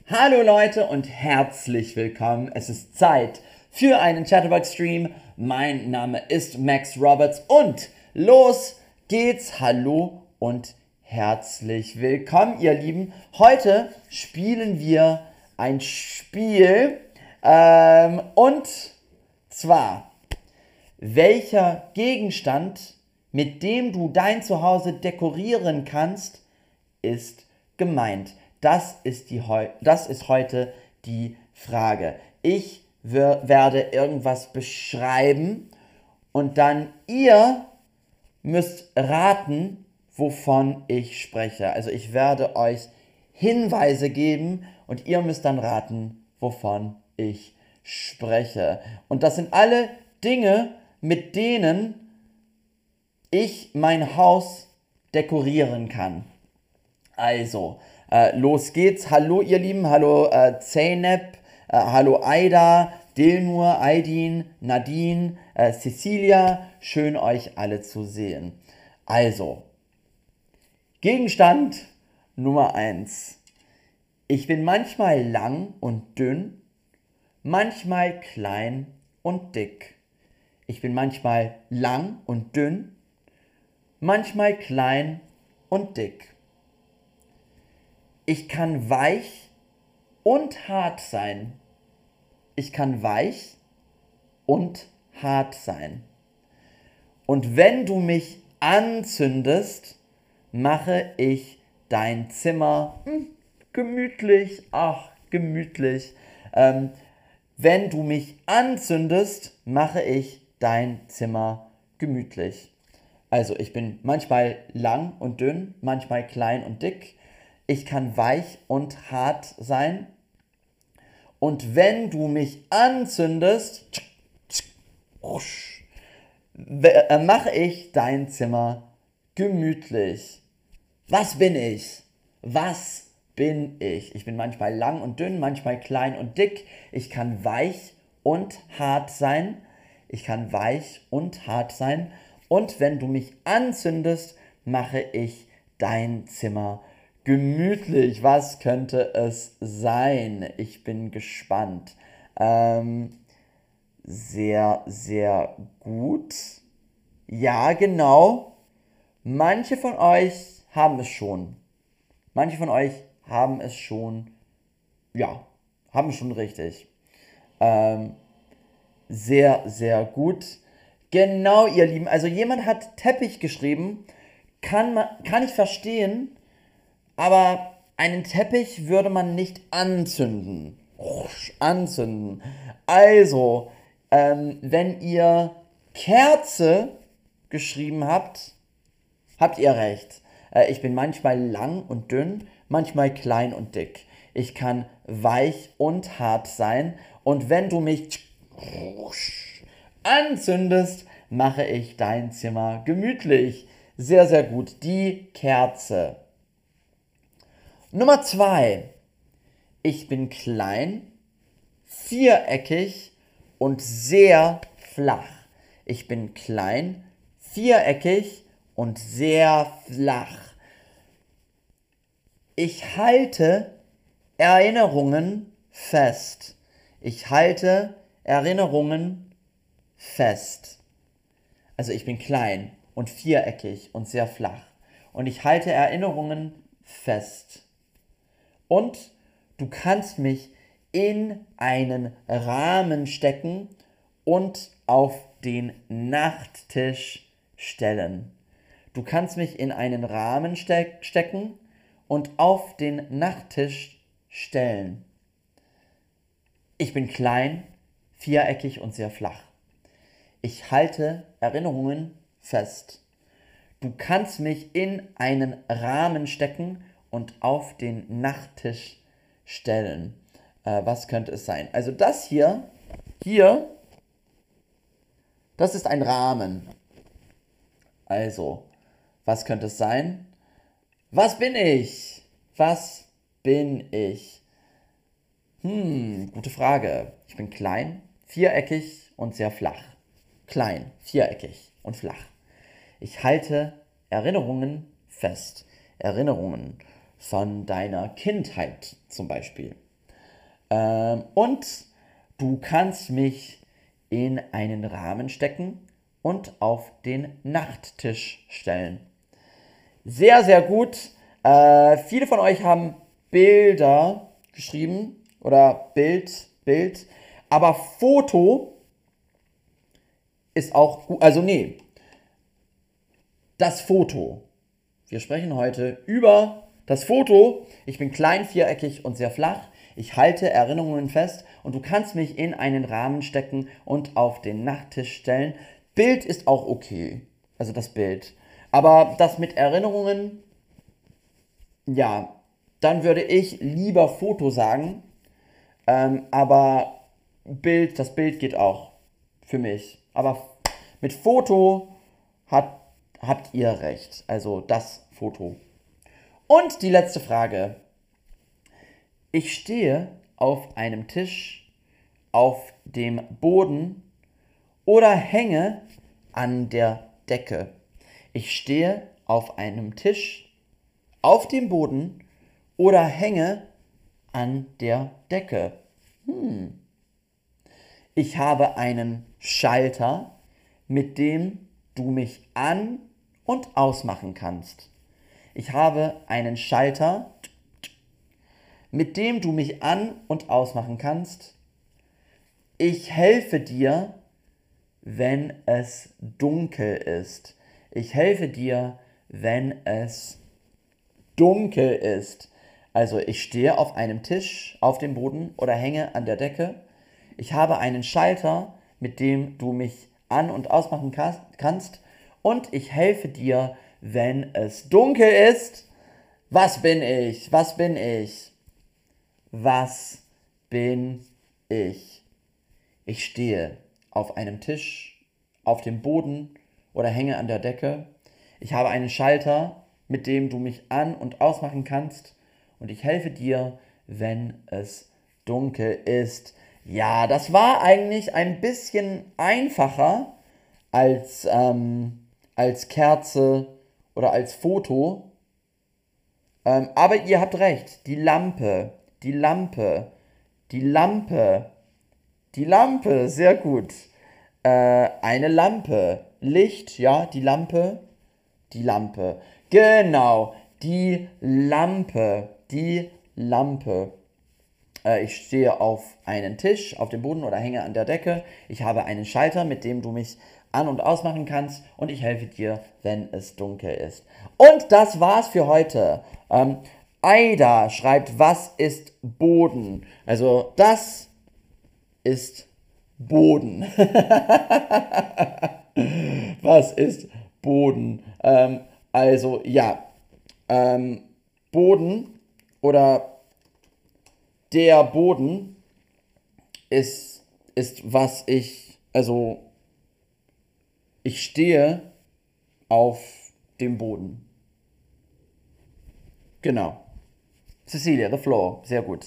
Hallo Leute und herzlich willkommen. Es ist Zeit für einen Chatterbox-Stream. Mein Name ist Max Roberts und los geht's. Hallo und herzlich willkommen, ihr Lieben. Heute spielen wir ein Spiel und zwar, welcher Gegenstand, mit dem du dein Zuhause dekorieren kannst, ist gemeint? Das ist heute die Frage. Ich werde irgendwas beschreiben und dann ihr müsst raten, wovon ich spreche. Also ich werde euch Hinweise geben und ihr müsst dann raten, wovon ich spreche. Und das sind alle Dinge, mit denen ich mein Haus dekorieren kann. Also, los geht's. Hallo ihr Lieben, hallo Zeynep, hallo Aida, Dilnur, Aydin, Nadine, Cecilia. Schön euch alle zu sehen. Also, Gegenstand Nummer 1. Ich bin manchmal lang und dünn, manchmal klein und dick. Ich bin manchmal lang und dünn, manchmal klein und dick. Ich kann weich und hart sein. Ich kann weich und hart sein. Und wenn du mich anzündest, mache ich dein Zimmer gemütlich. Ach, gemütlich. Wenn du mich anzündest, mache ich dein Zimmer gemütlich. Also ich bin manchmal lang und dünn, manchmal klein und dick. Ich kann weich und hart sein. Und wenn du mich anzündest, mache ich dein Zimmer gemütlich. Was bin ich? Was bin ich? Ich bin manchmal lang und dünn, manchmal klein und dick. Ich kann weich und hart sein. Ich kann weich und hart sein. Und wenn du mich anzündest, mache ich dein Zimmer gemütlich. Was könnte es sein? Ich bin gespannt. Sehr, sehr gut. Ja, genau. Manche von euch haben es schon. Manche von euch haben es schon. Ja, haben es schon richtig. Sehr, sehr gut. Genau, ihr Lieben. Also jemand hat Teppich geschrieben. Kann ich verstehen. Aber einen Teppich würde man nicht anzünden. Anzünden. Also, wenn ihr Kerze geschrieben habt, habt ihr recht. Ich bin manchmal lang und dünn, manchmal klein und dick. Ich kann weich und hart sein. Und wenn du mich anzündest, mache ich dein Zimmer gemütlich. Sehr, sehr gut. Die Kerze. Nummer 2. Ich bin klein, viereckig und sehr flach. Ich bin klein, viereckig und sehr flach. Ich halte Erinnerungen fest. Ich halte Erinnerungen fest. Also ich bin klein und viereckig und sehr flach. Und ich halte Erinnerungen fest. Und du kannst mich in einen Rahmen stecken und auf den Nachttisch stellen. Du kannst mich in einen Rahmen stecken und auf den Nachttisch stellen. Ich bin klein, viereckig und sehr flach. Ich halte Erinnerungen fest. Du kannst mich in einen Rahmen stecken und auf den Nachttisch stellen. Was könnte es sein? Also das hier, das ist ein Rahmen. Also, was könnte es sein? Was bin ich? Was bin ich? Gute Frage. Ich bin klein, viereckig und sehr flach. Klein, viereckig und flach. Ich halte Erinnerungen fest. Erinnerungen von deiner Kindheit zum Beispiel. Und du kannst mich in einen Rahmen stecken und auf den Nachttisch stellen. Sehr, sehr gut. Viele von euch haben Bilder geschrieben oder Bild. Aber Foto ist auch gut. Also nee, das Foto. Wir sprechen heute über das Foto. Ich bin klein, viereckig und sehr flach. Ich halte Erinnerungen fest und du kannst mich in einen Rahmen stecken und auf den Nachttisch stellen. Bild ist auch okay. Also das Bild. Aber das mit Erinnerungen, ja, dann würde ich lieber Foto sagen. Aber das Bild geht auch für mich. Aber mit Foto habt ihr recht. Also das Foto. Und die letzte Frage. Ich stehe auf einem Tisch, auf dem Boden oder hänge an der Decke. Ich stehe auf einem Tisch, auf dem Boden oder hänge an der Decke. Ich habe einen Schalter, mit dem du mich an- und ausmachen kannst. Ich habe einen Schalter, mit dem du mich an- und ausmachen kannst. Ich helfe dir, wenn es dunkel ist. Ich helfe dir, wenn es dunkel ist. Also ich stehe auf einem Tisch, auf dem Boden oder hänge an der Decke. Ich habe einen Schalter, mit dem du mich an- und ausmachen kannst. Und ich helfe dir, wenn es dunkel ist. Was bin ich? Was bin ich? Was bin ich? Ich stehe auf einem Tisch, auf dem Boden oder hänge an der Decke. Ich habe einen Schalter, mit dem du mich an- und ausmachen kannst. Und ich helfe dir, wenn es dunkel ist. Ja, das war eigentlich ein bisschen einfacher als Kerze oder als Foto. Aber ihr habt recht. Die Lampe, die Lampe, die Lampe, die Lampe, sehr gut. Eine Lampe. Licht, ja, die Lampe. Die Lampe. Genau, die Lampe. Die Lampe. Ich stehe auf einen Tisch, auf dem Boden oder hänge an der Decke. Ich habe einen Schalter, mit dem du mich an- und ausmachen kannst. Und ich helfe dir, wenn es dunkel ist. Und das war's für heute. Aida schreibt, was ist Boden? Also das ist Boden. Was ist Boden? Also ja, Boden oder der Boden ist was also ich stehe auf dem Boden. Genau. Cecilia, the floor. Sehr gut.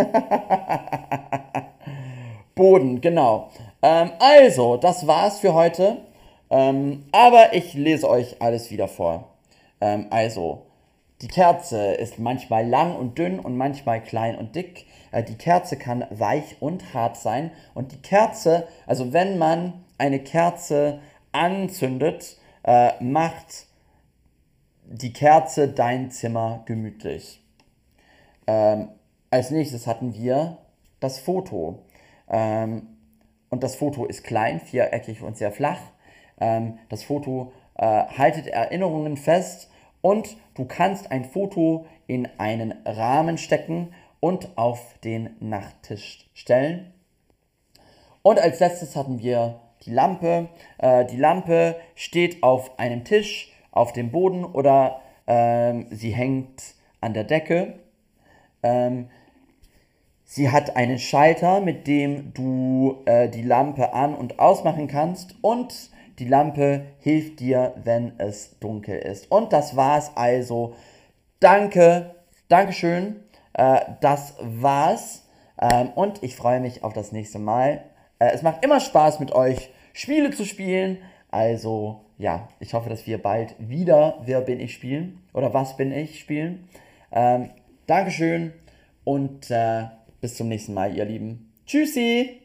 Boden, genau. Also, das war's für heute. Aber ich lese euch alles wieder vor. Also, die Kerze ist manchmal lang und dünn und manchmal klein und dick. Die Kerze kann weich und hart sein. Und die Kerze, also wenn man eine Kerze anzündet, macht die Kerze dein Zimmer gemütlich. Als nächstes hatten wir das Foto. Und das Foto ist klein, viereckig und sehr flach. Das Foto haltet Erinnerungen fest und du kannst ein Foto in einen Rahmen stecken und auf den Nachttisch stellen. Und als letztes hatten wir die Lampe. Die Lampe steht auf einem Tisch, auf dem Boden oder sie hängt an der Decke. Sie hat einen Schalter, mit dem du die Lampe an- und ausmachen kannst und die Lampe hilft dir, wenn es dunkel ist. Und das war's also. Danke, Dankeschön, das war's und ich freue mich auf das nächste Mal. Es macht immer Spaß mit euch Spiele zu spielen. Also ja, ich hoffe, dass wir bald wieder Wer bin ich spielen oder Was bin ich spielen. Dankeschön und bis zum nächsten Mal, ihr Lieben. Tschüssi!